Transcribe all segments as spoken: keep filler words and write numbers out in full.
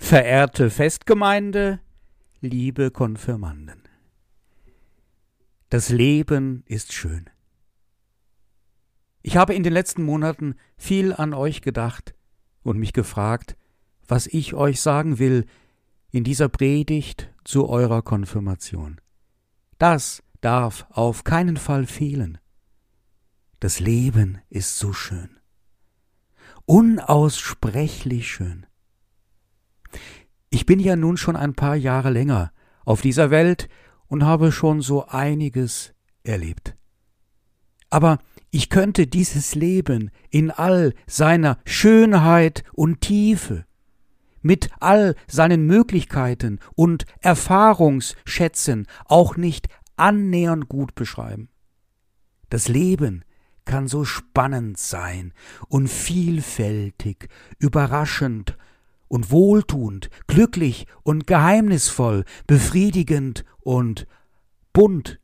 Verehrte Festgemeinde, liebe Konfirmanden. Das Leben ist schön. Ich habe in den letzten Monaten viel an euch gedacht und mich gefragt, was ich euch sagen will in dieser Predigt zu eurer Konfirmation. Das darf auf keinen Fall fehlen. Das Leben ist so schön. Unaussprechlich schön. Ich bin ja nun schon ein paar Jahre länger auf dieser Welt und habe schon so einiges erlebt. Aber ich könnte dieses Leben in all seiner Schönheit und Tiefe, mit all seinen Möglichkeiten und Erfahrungsschätzen auch nicht annähernd gut beschreiben. Das Leben kann so spannend sein und vielfältig, überraschend und wohltuend, glücklich und geheimnisvoll, befriedigend und bunt.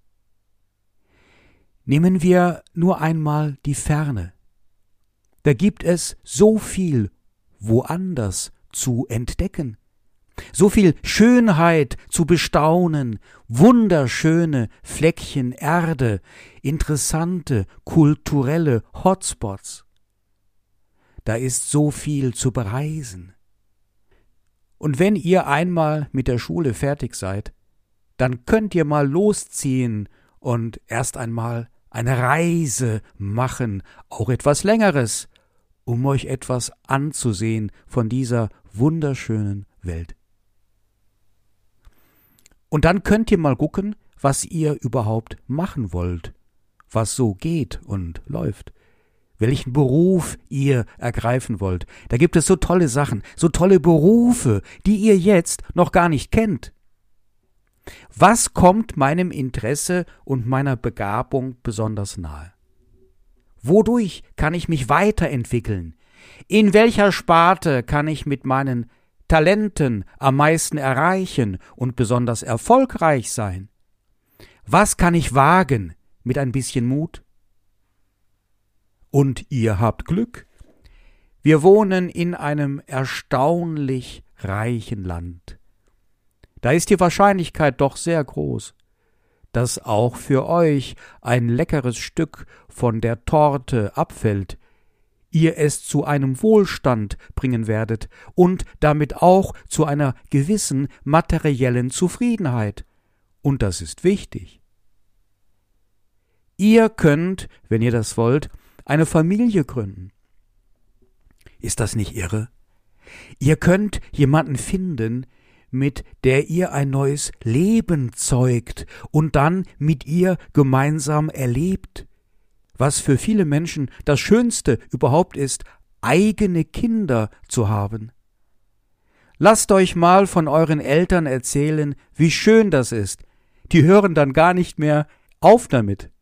Nehmen wir nur einmal die Ferne. Da gibt es so viel woanders zu entdecken, so viel Schönheit zu bestaunen, wunderschöne Fleckchen Erde, interessante kulturelle Hotspots. Da ist so viel zu bereisen. Und wenn ihr einmal mit der Schule fertig seid, dann könnt ihr mal losziehen und erst einmal eine Reise machen, auch etwas Längeres, um euch etwas anzusehen von dieser wunderschönen Welt. Und dann könnt ihr mal gucken, was ihr überhaupt machen wollt, was so geht und läuft, welchen Beruf ihr ergreifen wollt. Da gibt es so tolle Sachen, so tolle Berufe, die ihr jetzt noch gar nicht kennt. Was kommt meinem Interesse und meiner Begabung besonders nahe? Wodurch kann ich mich weiterentwickeln? In welcher Sparte kann ich mit meinen Talenten am meisten erreichen und besonders erfolgreich sein? Was kann ich wagen mit ein bisschen Mut? Und ihr habt Glück. Wir wohnen in einem erstaunlich reichen Land. Da ist die Wahrscheinlichkeit doch sehr groß, dass auch für euch ein leckeres Stück von der Torte abfällt, ihr es zu einem Wohlstand bringen werdet und damit auch zu einer gewissen materiellen Zufriedenheit. Und das ist wichtig. Ihr könnt, wenn ihr das wollt, eine Familie gründen. Ist das nicht irre? Ihr könnt jemanden finden, mit der ihr ein neues Leben zeugt und dann mit ihr gemeinsam erlebt. Was für viele Menschen das Schönste überhaupt ist, eigene Kinder zu haben. Lasst euch mal von euren Eltern erzählen, wie schön das ist. Die hören dann gar nicht mehr auf damit.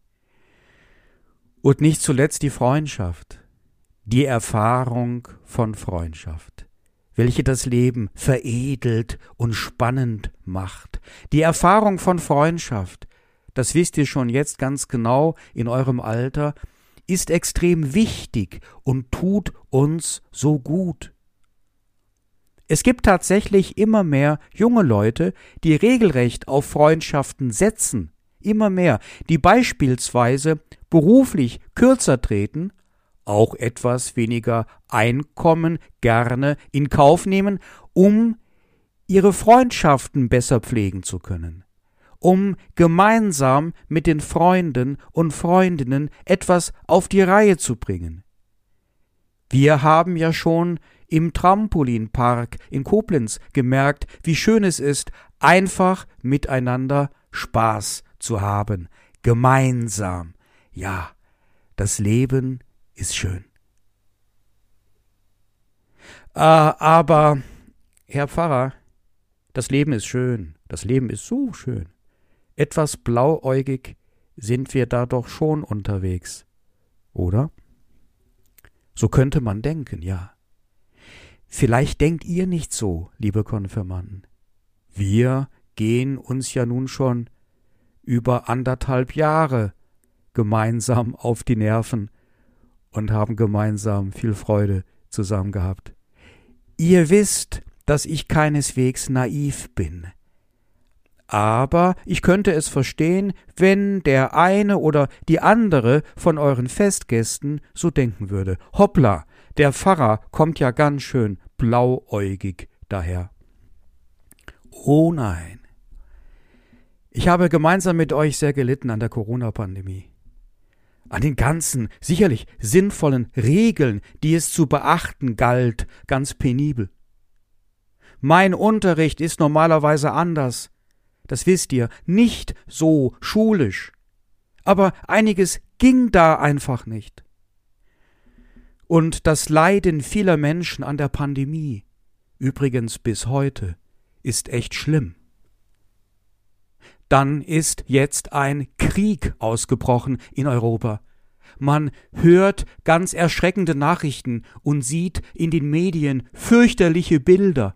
Und nicht zuletzt die Freundschaft, die Erfahrung von Freundschaft, welche das Leben veredelt und spannend macht. Die Erfahrung von Freundschaft, das wisst ihr schon jetzt ganz genau in eurem Alter, ist extrem wichtig und tut uns so gut. Es gibt tatsächlich immer mehr junge Leute, die regelrecht auf Freundschaften setzen, immer mehr, die beispielsweise beruflich kürzer treten, auch etwas weniger Einkommen gerne in Kauf nehmen, um ihre Freundschaften besser pflegen zu können, um gemeinsam mit den Freunden und Freundinnen etwas auf die Reihe zu bringen. Wir haben ja schon im Trampolinpark in Koblenz gemerkt, wie schön es ist, einfach miteinander Spaß zu haben, gemeinsam. Ja, das Leben ist schön. Äh, aber, Herr Pfarrer, das Leben ist schön, das Leben ist so schön. Etwas blauäugig sind wir da doch schon unterwegs, oder? So könnte man denken, ja. Vielleicht denkt ihr nicht so, liebe Konfirmanden. Wir gehen uns ja nun schon über anderthalb Jahre gemeinsam auf die Nerven und haben gemeinsam viel Freude zusammen gehabt. Ihr wisst, dass ich keineswegs naiv bin. Aber ich könnte es verstehen, wenn der eine oder die andere von euren Festgästen so denken würde. Hoppla, der Pfarrer kommt ja ganz schön blauäugig daher. Oh nein. Ich habe gemeinsam mit euch sehr gelitten an der Corona-Pandemie. An den ganzen, sicherlich sinnvollen Regeln, die es zu beachten galt, ganz penibel. Mein Unterricht ist normalerweise anders. Das wisst ihr, nicht so schulisch. Aber einiges ging da einfach nicht. Und das Leiden vieler Menschen an der Pandemie, übrigens bis heute, ist echt schlimm. Dann ist jetzt ein Krieg ausgebrochen in Europa. Man hört ganz erschreckende Nachrichten und sieht in den Medien fürchterliche Bilder.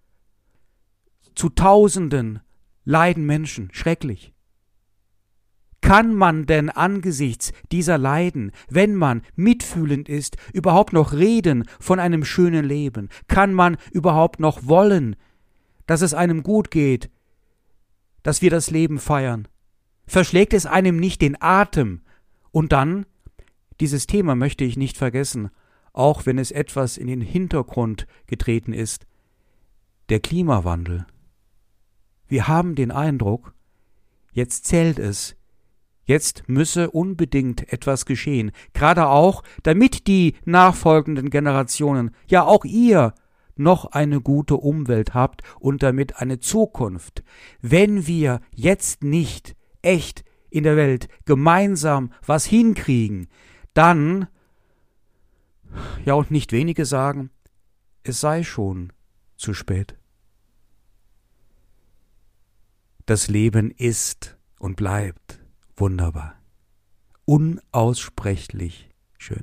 Zu Tausenden leiden Menschen, schrecklich. Kann man denn angesichts dieser Leiden, wenn man mitfühlend ist, überhaupt noch reden von einem schönen Leben? Kann man überhaupt noch wollen, dass es einem gut geht, dass wir das Leben feiern? Verschlägt es einem nicht den Atem? Und dann, dieses Thema möchte ich nicht vergessen, auch wenn es etwas in den Hintergrund getreten ist, der Klimawandel. Wir haben den Eindruck, jetzt zählt es, jetzt müsse unbedingt etwas geschehen, gerade auch, damit die nachfolgenden Generationen, ja auch ihr, noch eine gute Umwelt habt und damit eine Zukunft. Wenn wir jetzt nicht echt in der Welt gemeinsam was hinkriegen, dann, ja und nicht wenige sagen, es sei schon zu spät. Das Leben ist und bleibt wunderbar, unaussprechlich schön.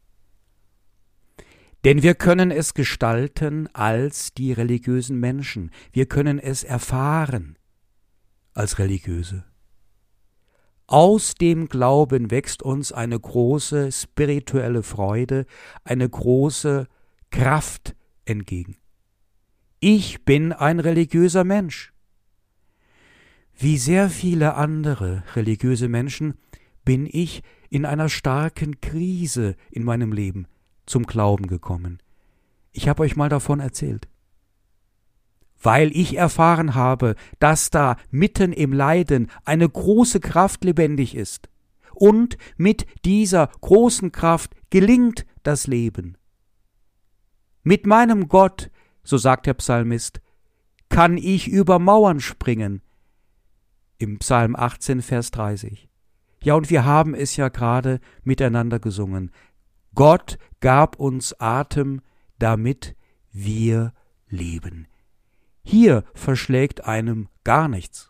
Denn wir können es gestalten als die religiösen Menschen. Wir können es erfahren als Religiöse. Aus dem Glauben wächst uns eine große spirituelle Freude, eine große Kraft entgegen. Ich bin ein religiöser Mensch. Wie sehr viele andere religiöse Menschen bin ich in einer starken Krise in meinem Leben zum Glauben gekommen. Ich habe euch mal davon erzählt. Weil ich erfahren habe, dass da mitten im Leiden eine große Kraft lebendig ist. Und mit dieser großen Kraft gelingt das Leben. Mit meinem Gott, so sagt der Psalmist, kann ich über Mauern springen. Im Psalm achtzehn, Vers dreißig. Ja, und wir haben es ja gerade miteinander gesungen. Gott gab uns Atem, damit wir leben. Hier verschlägt einem gar nichts.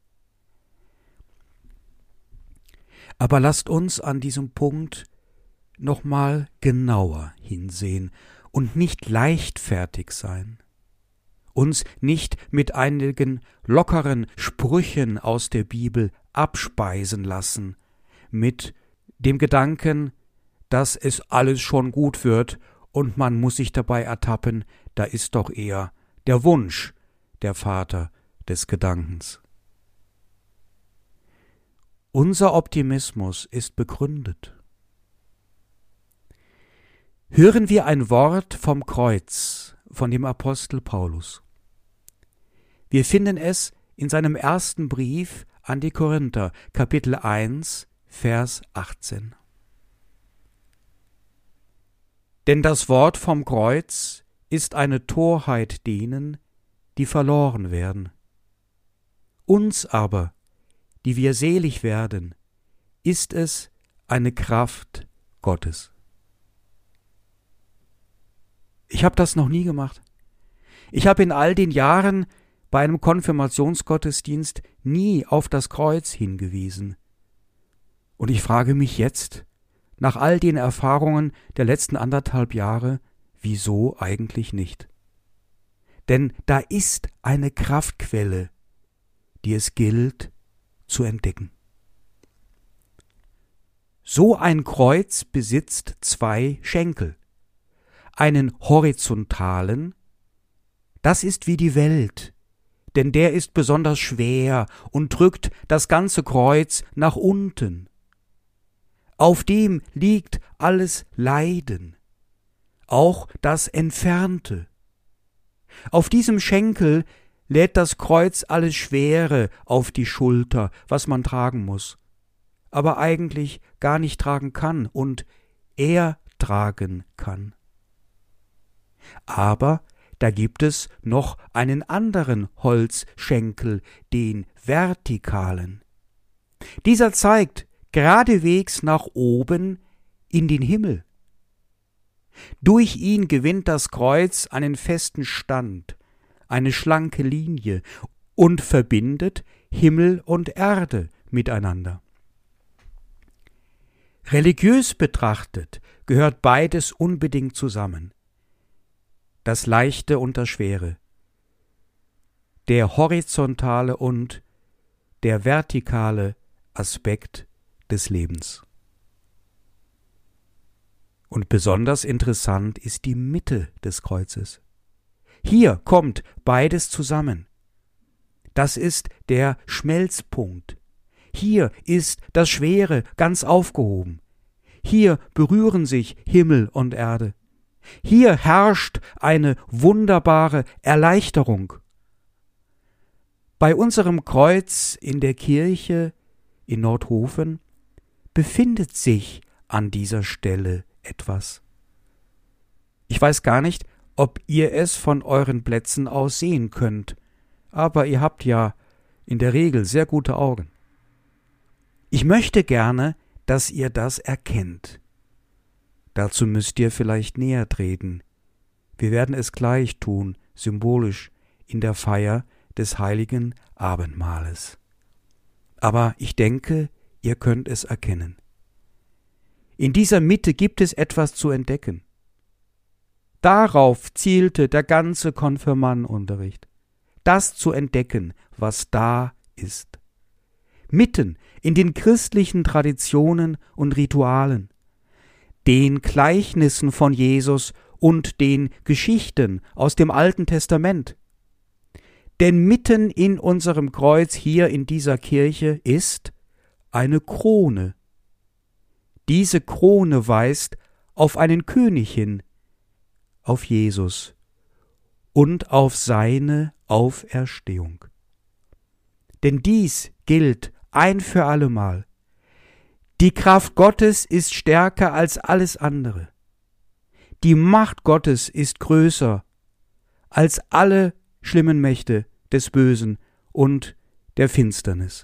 Aber lasst uns an diesem Punkt nochmal genauer hinsehen und nicht leichtfertig sein. Uns nicht mit einigen lockeren Sprüchen aus der Bibel abspeisen lassen, mit dem Gedanken, dass es alles schon gut wird und man muss sich dabei ertappen, da ist doch eher der Wunsch der Vater des Gedankens. Unser Optimismus ist begründet. Hören wir ein Wort vom Kreuz von dem Apostel Paulus. Wir finden es in seinem ersten Brief an die Korinther, Kapitel eins, Vers achtzehn. Denn das Wort vom Kreuz ist eine Torheit denen, die verloren werden. Uns aber, die wir selig werden, ist es eine Kraft Gottes. Ich habe das noch nie gemacht. Ich habe in all den Jahren bei einem Konfirmationsgottesdienst nie auf das Kreuz hingewiesen. Und ich frage mich jetzt, nach all den Erfahrungen der letzten anderthalb Jahre, wieso eigentlich nicht? Denn da ist eine Kraftquelle, die es gilt zu entdecken. So ein Kreuz besitzt zwei Schenkel. Einen horizontalen, Das ist wie die Welt, denn der ist besonders schwer und drückt das ganze Kreuz nach unten. Auf dem liegt alles Leiden, auch das Entfernte. Auf diesem Schenkel lädt das Kreuz alles Schwere auf die Schulter, was man tragen muss, aber eigentlich gar nicht tragen kann und er tragen kann. Aber da gibt es noch einen anderen Holzschenkel, den vertikalen. Dieser zeigt geradewegs nach oben in den Himmel. Durch ihn gewinnt das Kreuz einen festen Stand, eine schlanke Linie und verbindet Himmel und Erde miteinander. Religiös betrachtet gehört beides unbedingt zusammen. Das Leichte und das Schwere, der horizontale und der vertikale Aspekt des Lebens. Und besonders interessant ist die Mitte des Kreuzes. Hier kommt beides zusammen. Das ist der Schmelzpunkt. Hier ist das Schwere ganz aufgehoben. Hier berühren sich Himmel und Erde. Hier herrscht eine wunderbare Erleichterung. Bei unserem Kreuz in der Kirche in Nordhofen befindet sich an dieser Stelle etwas. Ich weiß gar nicht, ob ihr es von euren Plätzen aus sehen könnt, aber ihr habt ja in der Regel sehr gute Augen. Ich möchte gerne, dass ihr das erkennt. Dazu müsst ihr vielleicht näher treten. Wir werden es gleich tun, symbolisch, in der Feier des heiligen Abendmahles. Aber ich denke, ihr könnt es erkennen. In dieser Mitte gibt es etwas zu entdecken. Darauf zielte der ganze Konfirmandenunterricht, das zu entdecken, was da ist. Mitten in den christlichen Traditionen und Ritualen, den Gleichnissen von Jesus und den Geschichten aus dem Alten Testament. Denn mitten in unserem Kreuz hier in dieser Kirche ist eine Krone. Diese Krone weist auf einen König hin, auf Jesus und auf seine Auferstehung. Denn dies gilt ein für allemal. Die Kraft Gottes ist stärker als alles andere. Die Macht Gottes ist größer als alle schlimmen Mächte des Bösen und der Finsternis.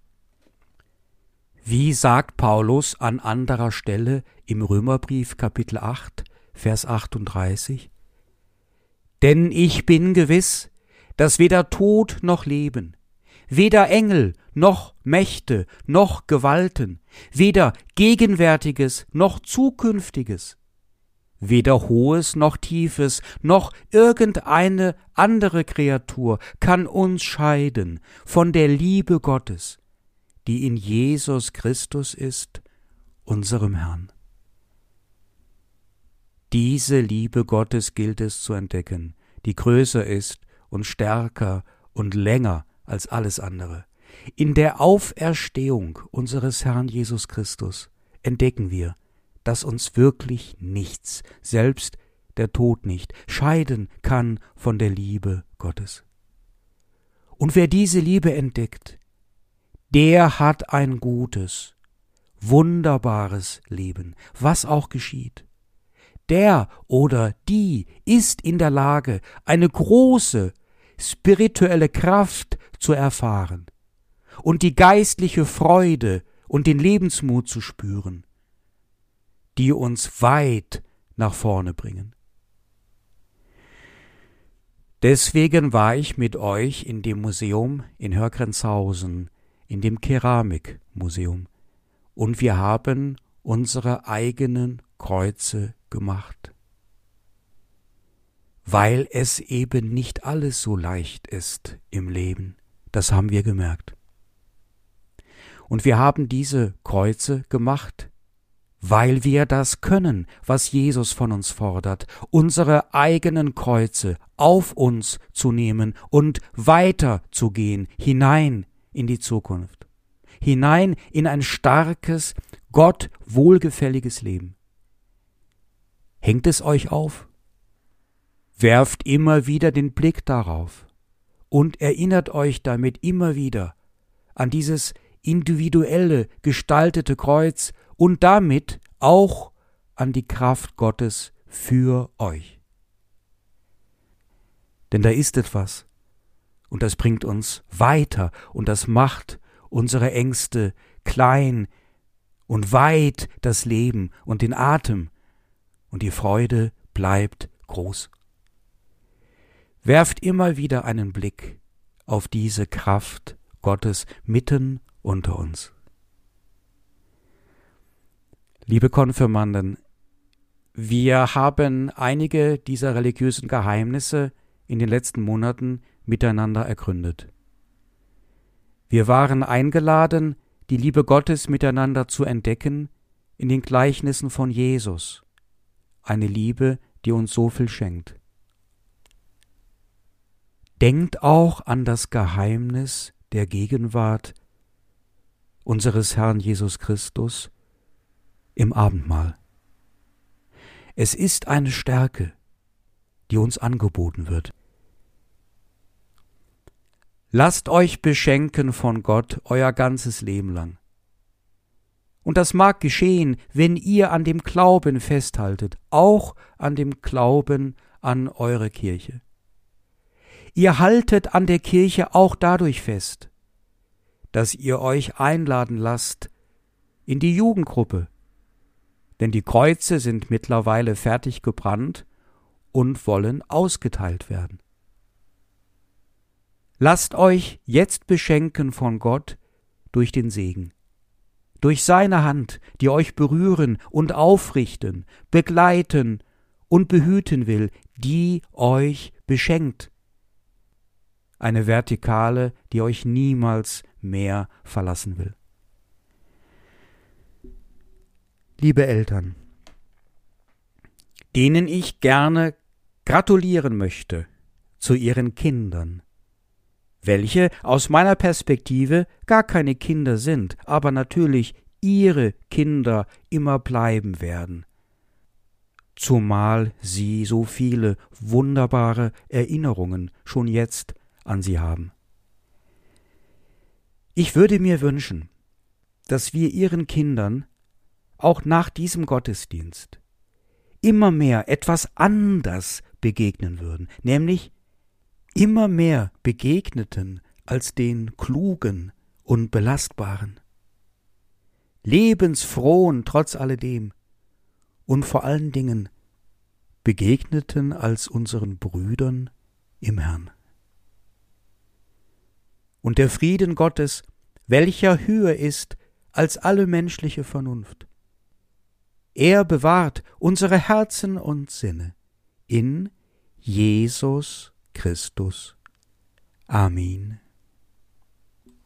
Wie sagt Paulus an anderer Stelle im Römerbrief Kapitel acht, Vers achtunddreißig? Denn ich bin gewiss, dass weder Tod noch Leben, weder Engel noch Mächte noch Gewalten, weder Gegenwärtiges noch Zukünftiges, weder Hohes noch Tiefes noch irgendeine andere Kreatur kann uns scheiden von der Liebe Gottes, die in Jesus Christus ist, unserem Herrn. Diese Liebe Gottes gilt es zu entdecken, die größer ist und stärker und länger als alles andere. In der Auferstehung unseres Herrn Jesus Christus entdecken wir, dass uns wirklich nichts, selbst der Tod nicht, scheiden kann von der Liebe Gottes. Und wer diese Liebe entdeckt, der hat ein gutes, wunderbares Leben, was auch geschieht. Der oder die ist in der Lage, eine große spirituelle Kraft zu erfahren und die geistliche Freude und den Lebensmut zu spüren, die uns weit nach vorne bringen. Deswegen war ich mit euch in dem Museum in Hörgrenzhausen, in dem Keramikmuseum, und wir haben unsere eigenen Kreuze gemacht, weil es eben nicht alles so leicht ist im Leben, das haben wir gemerkt. Und wir haben diese Kreuze gemacht, weil wir das können, was Jesus von uns fordert, unsere eigenen Kreuze auf uns zu nehmen und weiterzugehen, hinein in die Zukunft, hinein in ein starkes, Gott wohlgefälliges Leben. Hängt es euch auf? Werft immer wieder den Blick darauf und erinnert euch damit immer wieder an dieses individuelle, gestaltete Kreuz und damit auch an die Kraft Gottes für euch. Denn da ist etwas und das bringt uns weiter und das macht unsere Ängste klein und weit das Leben und den Atem und die Freude bleibt groß. Werft immer wieder einen Blick auf diese Kraft Gottes mitten unter uns. Liebe Konfirmanden, wir haben einige dieser religiösen Geheimnisse in den letzten Monaten miteinander ergründet. Wir waren eingeladen, die Liebe Gottes miteinander zu entdecken in den Gleichnissen von Jesus, eine Liebe, die uns so viel schenkt. Denkt auch an das Geheimnis der Gegenwart unseres Herrn Jesus Christus im Abendmahl. Es ist eine Stärke, die uns angeboten wird. Lasst euch beschenken von Gott euer ganzes Leben lang. Und das mag geschehen, wenn ihr an dem Glauben festhaltet, auch an dem Glauben an eure Kirche. Ihr haltet an der Kirche auch dadurch fest, dass ihr euch einladen lasst in die Jugendgruppe, denn die Kreuze sind mittlerweile fertig gebrannt und wollen ausgeteilt werden. Lasst euch jetzt beschenken von Gott durch den Segen, durch seine Hand, die euch berühren und aufrichten, begleiten und behüten will, die euch beschenkt. Eine Vertikale, die euch niemals mehr verlassen will. Liebe Eltern, denen ich gerne gratulieren möchte zu ihren Kindern, welche aus meiner Perspektive gar keine Kinder sind, aber natürlich ihre Kinder immer bleiben werden, zumal sie so viele wunderbare Erinnerungen schon jetzt an sie haben. Ich würde mir wünschen, dass wir ihren Kindern auch nach diesem Gottesdienst immer mehr etwas anders begegnen würden, nämlich immer mehr begegneten als den Klugen und Belastbaren, lebensfrohen trotz alledem und vor allen Dingen begegneten als unseren Brüdern im Herrn. Und der Frieden Gottes, welcher höher ist als alle menschliche Vernunft, er bewahrt unsere Herzen und Sinne in Jesus Christus. Amen.